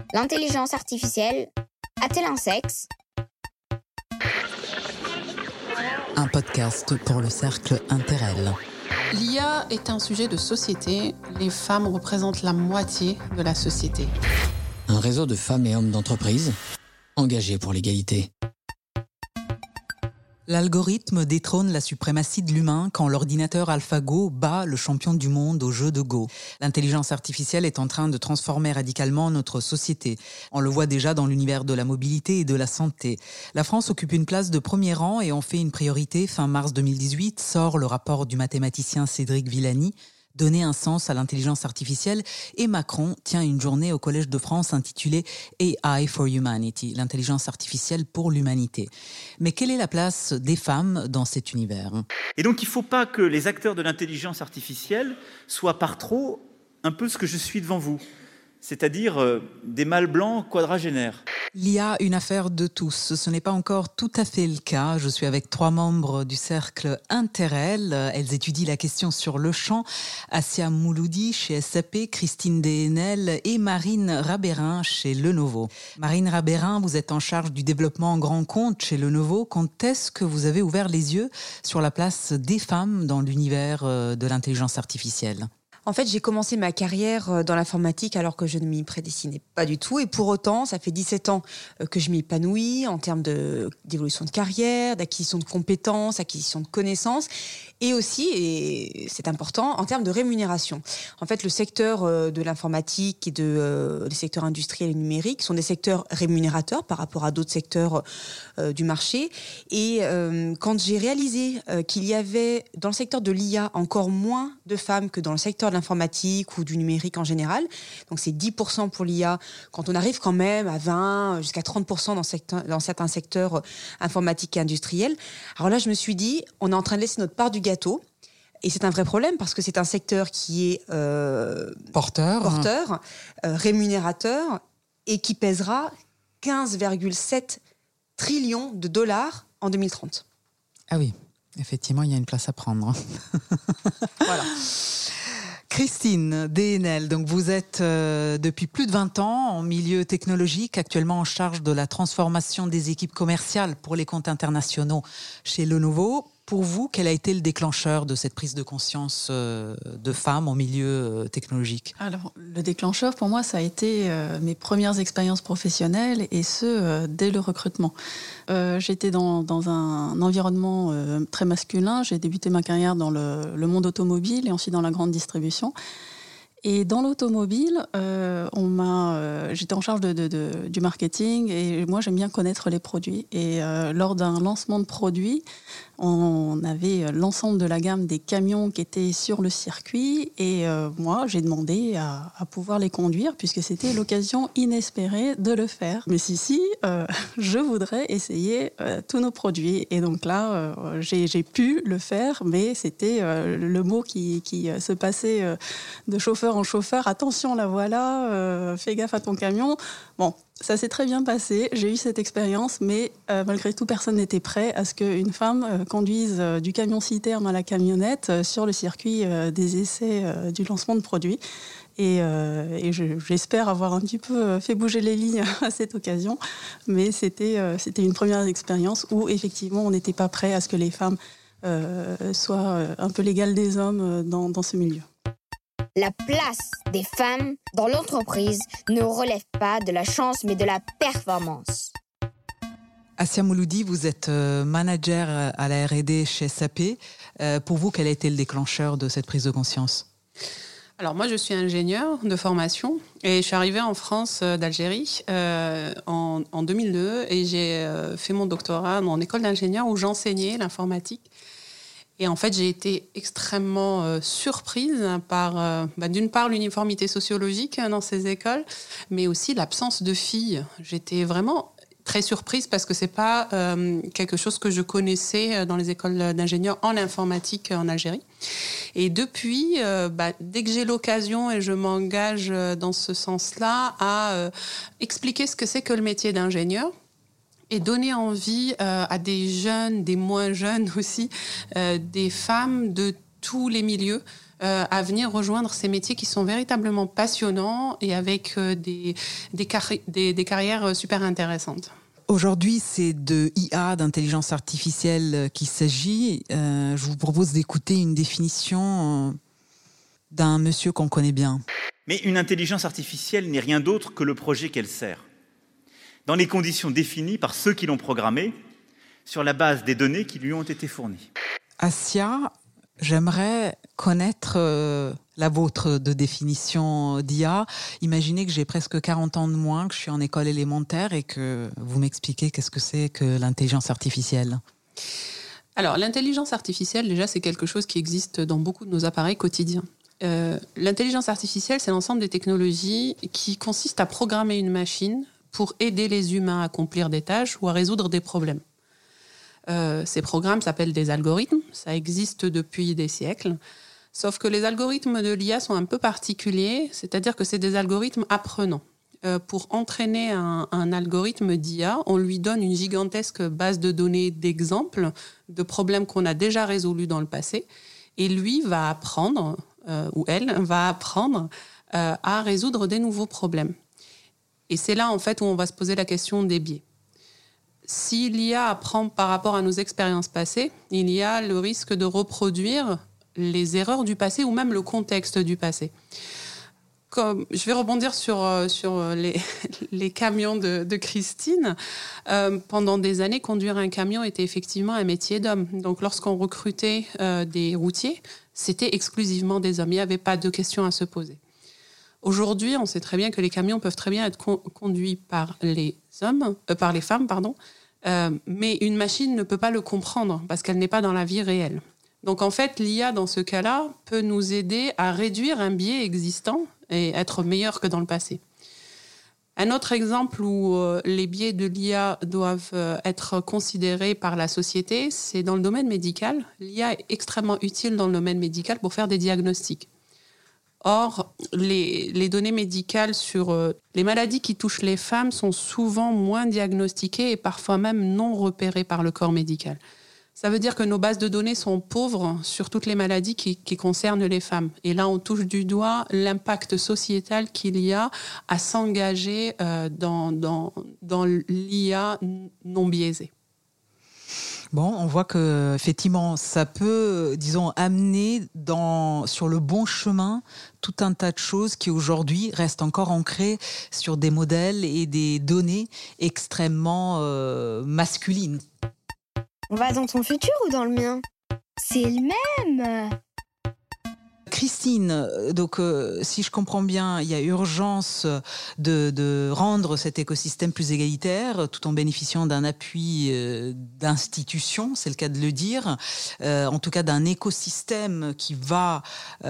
L'intelligence artificielle a-t-elle un sexe ? Un podcast pour le cercle Interel. L'IA est un sujet de société. Les femmes représentent la moitié de la société. Un réseau de femmes et hommes d'entreprise engagés pour l'égalité. L'algorithme détrône la suprématie de l'humain quand l'ordinateur AlphaGo bat le champion du monde au jeu de Go. L'intelligence artificielle est en train de transformer radicalement notre société. On le voit déjà dans l'univers de la mobilité et de la santé. La France occupe une place de premier rang et en fait une priorité. Fin mars 2018, sort le rapport du mathématicien Cédric Villani, donner un sens à l'intelligence artificielle, et Macron tient une journée au Collège de France intitulée AI for Humanity, l'intelligence artificielle pour l'humanité. Mais quelle est la place des femmes dans cet univers ? Et donc il ne faut pas que les acteurs de l'intelligence artificielle soient par trop un peu ce que je suis devant vous, c'est-à-dire des mâles blancs quadragénaires. L'IA, une affaire de tous. Ce n'est pas encore tout à fait le cas. Je suis avec 3 membres du cercle Interel. Elles étudient la question sur le champ. Assia Mouloudi chez SAP, Christine Dehaenel et Marine Rabérin chez Lenovo. Marine Rabérin, vous êtes en charge du développement en grand compte chez Lenovo. Quand est-ce que vous avez ouvert les yeux sur la place des femmes dans l'univers de l'intelligence artificielle ? En fait, j'ai commencé ma carrière dans l'informatique alors que je ne m'y prédestinais pas du tout. Et pour autant, ça fait 17 ans que je m'épanouis en termes d'évolution de carrière, d'acquisition de compétences, acquisition de connaissances. Et aussi, et c'est important, en termes de rémunération. En fait, le secteur de l'informatique et les secteurs industriels et numériques sont des secteurs rémunérateurs par rapport à d'autres secteurs du marché. Et quand j'ai réalisé qu'il y avait dans le secteur de l'IA encore moins de femmes que dans le secteur de l'informatique ou du numérique en général, donc c'est 10% pour l'IA, quand on arrive quand même à 20, jusqu'à 30% dans certains secteurs informatiques et industriels, alors là je me suis dit, on est en train de laisser notre part du gâteau. Et c'est un vrai problème parce que c'est un secteur qui est porteur, rémunérateur et qui pèsera 15,7 trillions de dollars en 2030. Ah oui, effectivement, il y a une place à prendre. Voilà. Christine Dehaenel, donc vous êtes depuis plus de 20 ans en milieu technologique, actuellement en charge de la transformation des équipes commerciales pour les comptes internationaux chez Lenovo. Pour vous, quel a été le déclencheur de cette prise de conscience de femmes en milieu technologique ? Alors, le déclencheur, pour moi, ça a été mes premières expériences professionnelles, et ce, dès le recrutement. J'étais dans un environnement très masculin. J'ai débuté ma carrière dans le monde automobile et ensuite dans la grande distribution. Et dans l'automobile, j'étais en charge du marketing, et moi j'aime bien connaître les produits. Et lors d'un lancement de produit, on avait l'ensemble de la gamme des camions qui étaient sur le circuit, et moi j'ai demandé à pouvoir les conduire puisque c'était l'occasion inespérée de le faire. Mais si, je voudrais essayer tous nos produits. Et donc là, j'ai pu le faire, mais c'était le mot qui se passait de chauffeur en chauffeur. Attention, la voilà, fais gaffe à ton camion. Bon, ça s'est très bien passé, j'ai eu cette expérience, mais malgré tout, personne n'était prêt à ce qu'une femme conduise du camion-citerne à la camionnette sur le circuit des essais du lancement de produits. Et j'espère avoir un petit peu fait bouger les lignes à cette occasion, mais c'était une première expérience où effectivement on n'était pas prêt à ce que les femmes soient un peu l'égale des hommes dans ce milieu. La place des femmes dans l'entreprise ne relève pas de la chance, mais de la performance. Assia Mouloudi, vous êtes manager à la R&D chez SAP. Pour vous, quel a été le déclencheur de cette prise de conscience ? Alors moi, je suis ingénieure de formation et je suis arrivée en France d'Algérie en 2002, et j'ai fait mon doctorat en école d'ingénieur où j'enseignais l'informatique. Et en fait, j'ai été extrêmement surprise par, d'une part, l'uniformité sociologique dans ces écoles, mais aussi l'absence de filles. J'étais vraiment très surprise parce que c'est pas quelque chose que je connaissais dans les écoles d'ingénieurs en informatique en Algérie. Et depuis, dès que j'ai l'occasion et je m'engage dans ce sens-là à expliquer ce que c'est que le métier d'ingénieur, et donner envie à des jeunes, des moins jeunes aussi, des femmes de tous les milieux, à venir rejoindre ces métiers qui sont véritablement passionnants et avec des carrières super intéressantes. Aujourd'hui, c'est de IA, d'intelligence artificielle qu'il s'agit. Je vous propose d'écouter une définition d'un monsieur qu'on connaît bien. Mais une intelligence artificielle n'est rien d'autre que le projet qu'elle sert, dans les conditions définies par ceux qui l'ont programmée, sur la base des données qui lui ont été fournies. Assia, j'aimerais connaître la vôtre de définition d'IA. Imaginez que j'ai presque 40 ans de moins, que je suis en école élémentaire et que vous m'expliquez qu'est-ce que c'est que l'intelligence artificielle. Alors, l'intelligence artificielle, déjà, c'est quelque chose qui existe dans beaucoup de nos appareils quotidiens. L'intelligence artificielle, c'est l'ensemble des technologies qui consistent à programmer une machine pour aider les humains à accomplir des tâches ou à résoudre des problèmes. Ces programmes s'appellent des algorithmes, ça existe depuis des siècles, sauf que les algorithmes de l'IA sont un peu particuliers, c'est-à-dire que c'est des algorithmes apprenants. Pour entraîner un algorithme d'IA, on lui donne une gigantesque base de données d'exemples de problèmes qu'on a déjà résolus dans le passé, et lui va apprendre, ou elle va apprendre à résoudre des nouveaux problèmes. Et c'est là, en fait, où on va se poser la question des biais. Si l'IA apprend par rapport à nos expériences passées, il y a le risque de reproduire les erreurs du passé ou même le contexte du passé. Je vais rebondir sur les camions de Christine. Pendant des années, conduire un camion était effectivement un métier d'homme. Donc, lorsqu'on recrutait des routiers, c'était exclusivement des hommes. Il n'y avait pas de questions à se poser. Aujourd'hui, on sait très bien que les camions peuvent très bien être conduits par les femmes, mais une machine ne peut pas le comprendre parce qu'elle n'est pas dans la vie réelle. Donc en fait, l'IA, dans ce cas-là, peut nous aider à réduire un biais existant et être meilleur que dans le passé. Un autre exemple où les biais de l'IA doivent être considérés par la société, c'est dans le domaine médical. L'IA est extrêmement utile dans le domaine médical pour faire des diagnostics. Or, les données médicales sur les maladies qui touchent les femmes sont souvent moins diagnostiquées et parfois même non repérées par le corps médical. Ça veut dire que nos bases de données sont pauvres sur toutes les maladies qui concernent les femmes. Et là, on touche du doigt l'impact sociétal qu'il y a à s'engager dans l'IA non biaisée. Bon, on voit que effectivement, ça peut, disons, amener sur le bon chemin tout un tas de choses qui aujourd'hui restent encore ancrées sur des modèles et des données extrêmement masculines. On va dans ton futur ou dans le mien? C'est le même. Christine, donc si je comprends bien, il y a urgence de rendre cet écosystème plus égalitaire tout en bénéficiant d'un appui d'institutions, c'est le cas de le dire, en tout cas d'un écosystème qui va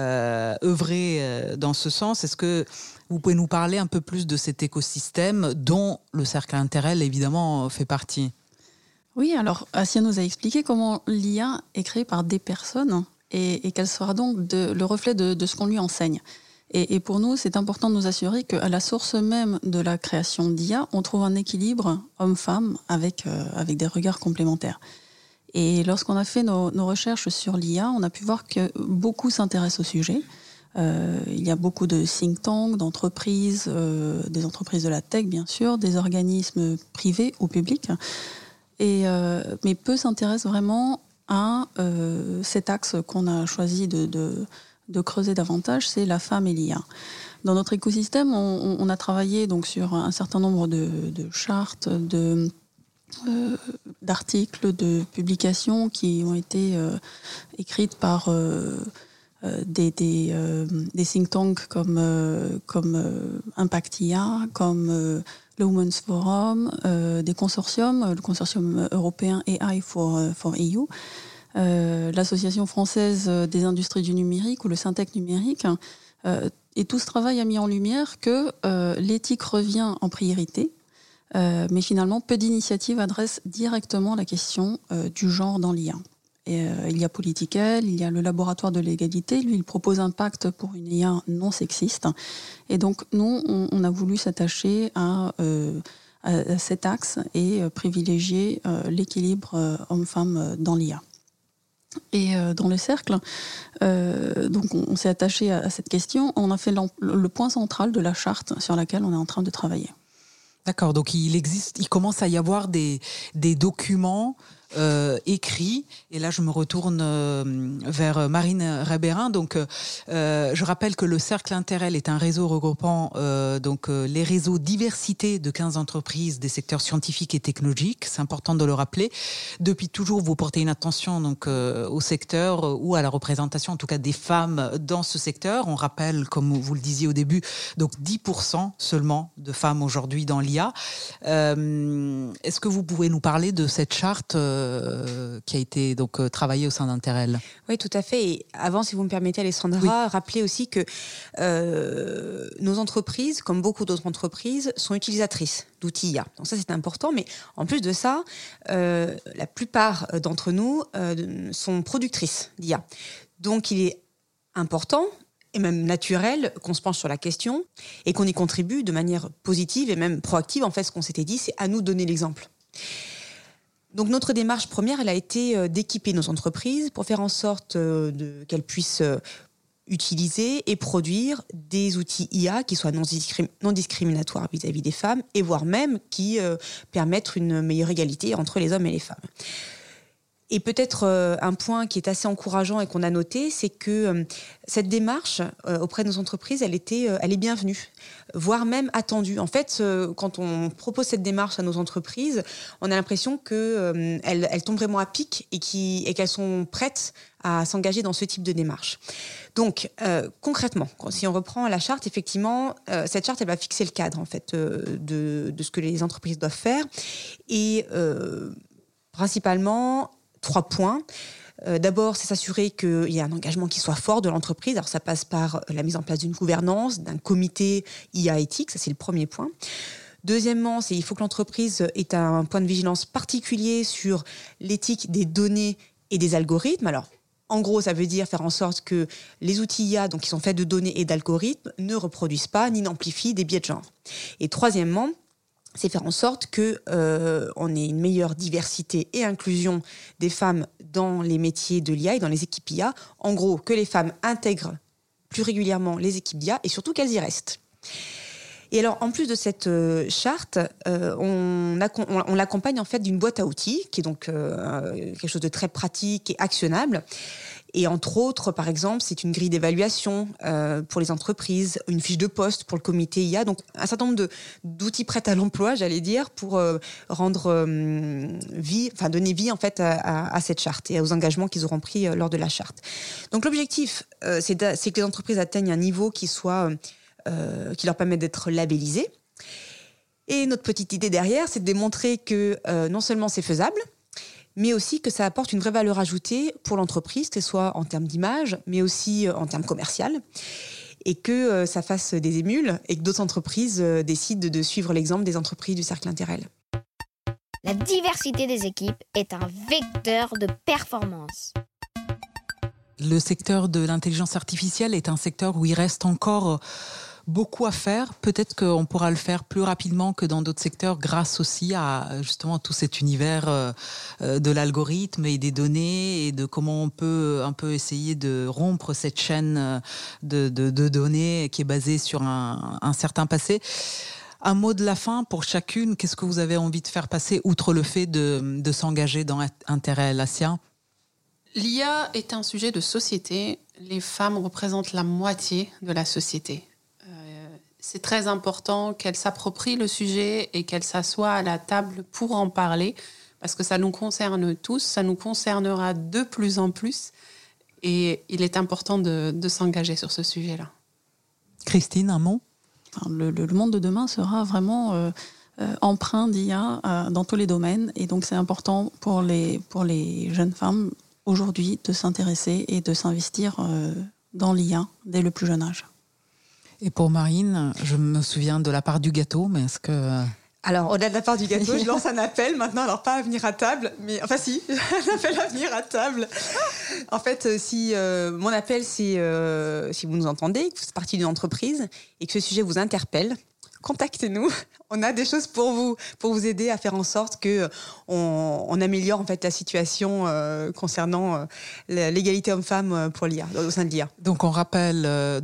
œuvrer dans ce sens. Est-ce que vous pouvez nous parler un peu plus de cet écosystème dont le cercle Interrel évidemment fait partie? Oui, alors Assia nous a expliqué comment l'IA est créée par des personnes et qu'elle sera donc le reflet de ce qu'on lui enseigne. Et pour nous, c'est important de nous assurer qu'à la source même de la création d'IA, on trouve un équilibre homme-femme avec des regards complémentaires. Et lorsqu'on a fait nos recherches sur l'IA, on a pu voir que beaucoup s'intéressent au sujet. Il y a beaucoup de think tanks, d'entreprises, des entreprises de la tech bien sûr, des organismes privés ou publics. Mais peu s'intéressent vraiment à cet axe qu'on a choisi de creuser davantage, c'est la femme et l'IA. Dans notre écosystème, on a travaillé donc sur un certain nombre de chartes, d'articles, de publications qui ont été écrites par des think tanks comme Impact IA, comme le Women's Forum, des consortiums, le consortium européen AI for EU, l'association française des industries du numérique ou le Syntec numérique. Et tout ce travail a mis en lumière que l'éthique revient en priorité, mais finalement peu d'initiatives adressent directement la question du genre dans l'IA. Il y a Political, il y a le laboratoire de l'égalité, lui il propose un pacte pour une IA non sexiste. Et donc nous, on a voulu s'attacher à cet axe et privilégier l'équilibre homme-femme dans l'IA. Et dans le cercle, donc on s'est attaché à cette question. On a fait le point central de la charte sur laquelle on est en train de travailler. D'accord, donc il commence à y avoir des documents écrits. Et là, je me retourne vers Marine Rébérin. Donc, je rappelle que le Cercle Interrel est un réseau regroupant les réseaux diversité de 15 entreprises des secteurs scientifiques et technologiques. C'est important de le rappeler. Depuis toujours, vous portez une attention au secteur ou à la représentation, en tout cas des femmes dans ce secteur. On rappelle, comme vous le disiez au début, donc 10% seulement de femmes aujourd'hui dans l'IA. Est-ce que vous pouvez nous parler de cette charte qui a été travaillée au sein d'Interrel? Oui, tout à fait. Et avant, si vous me permettez, Alessandra, rappelez aussi que nos entreprises, comme beaucoup d'autres entreprises, sont utilisatrices d'outils IA. Donc ça, c'est important. Mais en plus de ça, la plupart d'entre nous sont productrices d'IA. Donc il est important et même naturel qu'on se penche sur la question et qu'on y contribue de manière positive et même proactive. En fait, ce qu'on s'était dit, c'est à nous de donner l'exemple. Donc notre démarche première, elle a été d'équiper nos entreprises pour faire en sorte qu'elles puissent utiliser et produire des outils IA qui soient non discriminatoires vis-à-vis des femmes et voire même qui permettent une meilleure égalité entre les hommes et les femmes. Et peut-être un point qui est assez encourageant et qu'on a noté, c'est que cette démarche auprès de nos entreprises, elle est bienvenue, voire même attendue. En fait, quand on propose cette démarche à nos entreprises, on a l'impression qu'elles tombent vraiment à pic et qu'elles sont prêtes à s'engager dans ce type de démarche. Donc, concrètement, si on reprend la charte, effectivement, cette charte, elle va fixer le cadre en fait de ce que les entreprises doivent faire et principalement 3 points. D'abord, c'est s'assurer qu'il y a un engagement qui soit fort de l'entreprise. Alors, ça passe par la mise en place d'une gouvernance, d'un comité IA éthique. Ça, c'est le premier point. Deuxièmement, il faut que l'entreprise ait un point de vigilance particulier sur l'éthique des données et des algorithmes. Alors, en gros, ça veut dire faire en sorte que les outils IA, donc qui sont faits de données et d'algorithmes, ne reproduisent pas ni n'amplifient des biais de genre. Et troisièmement, c'est faire en sorte qu'on ait une meilleure diversité et inclusion des femmes dans les métiers de l'IA et dans les équipes IA. En gros, que les femmes intègrent plus régulièrement les équipes d'IA et surtout qu'elles y restent. Et alors, en plus de cette charte, on l'accompagne en fait d'une boîte à outils qui est donc quelque chose de très pratique et actionnable. Et entre autres, par exemple, c'est une grille d'évaluation pour les entreprises, une fiche de poste pour le comité IA, donc un certain nombre d'outils prêts à l'emploi, j'allais dire, pour donner vie en fait à cette charte et aux engagements qu'ils auront pris lors de la charte. Donc l'objectif, c'est que les entreprises atteignent un niveau qui leur permet d'être labellisées. Et notre petite idée derrière, c'est de démontrer que non seulement c'est faisable, mais aussi que ça apporte une vraie valeur ajoutée pour l'entreprise, que ce soit en termes d'image, mais aussi en termes commerciaux, et que ça fasse des émules, et que d'autres entreprises décident de suivre l'exemple des entreprises du Cercle Interrel. La diversité des équipes est un vecteur de performance. Le secteur de l'intelligence artificielle est un secteur où il reste encore beaucoup à faire. Peut-être qu'on pourra le faire plus rapidement que dans d'autres secteurs grâce aussi à justement tout cet univers de l'algorithme et des données et de comment on peut un peu essayer de rompre cette chaîne de données qui est basée sur un certain passé. Un mot de la fin pour chacune. Qu'est-ce que vous avez envie de faire passer outre le fait de s'engager dans Interrel, Assia? L'IA est un sujet de société. Les femmes représentent la moitié de la société. C'est très important qu'elles s'approprient le sujet et qu'elles s'assoient à la table pour en parler, parce que ça nous concerne tous, ça nous concernera de plus en plus, et il est important de s'engager sur ce sujet-là. Christine, un mot ? Le monde de demain sera vraiment empreint d'IA dans tous les domaines, et donc c'est important pour les jeunes femmes aujourd'hui de s'intéresser et de s'investir dans l'IA dès le plus jeune âge. Et pour Marine, je me souviens de la part du gâteau, mais est-ce que... Alors, au-delà de la part du gâteau, je lance un appel maintenant, alors pas à venir à table, mais enfin si, un appel à venir à table. En fait, mon appel, c'est si vous nous entendez, que vous faites partie d'une entreprise et que ce sujet vous interpelle, contactez-nous. On a des choses pour vous aider à faire en sorte que on améliore en fait la situation concernant l'égalité homme-femme pour l'IA, au sein de l'IA. Donc on rappelle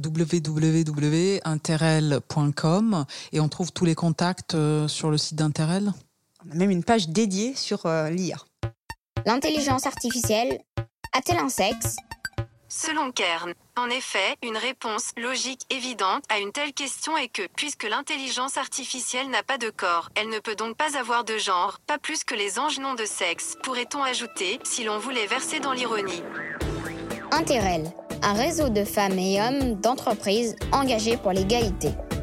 www.interrel.com et on trouve tous les contacts sur le site d'Interrel. On a même une page dédiée sur l'IA. L'intelligence artificielle a-t-elle un sexe ? Selon Kern, en effet, une réponse logique évidente à une telle question est que, puisque l'intelligence artificielle n'a pas de corps, elle ne peut donc pas avoir de genre, pas plus que les anges n'ont de sexe, pourrait-on ajouter, si l'on voulait verser dans l'ironie. Interrel, un réseau de femmes et hommes d'entreprises engagés pour l'égalité.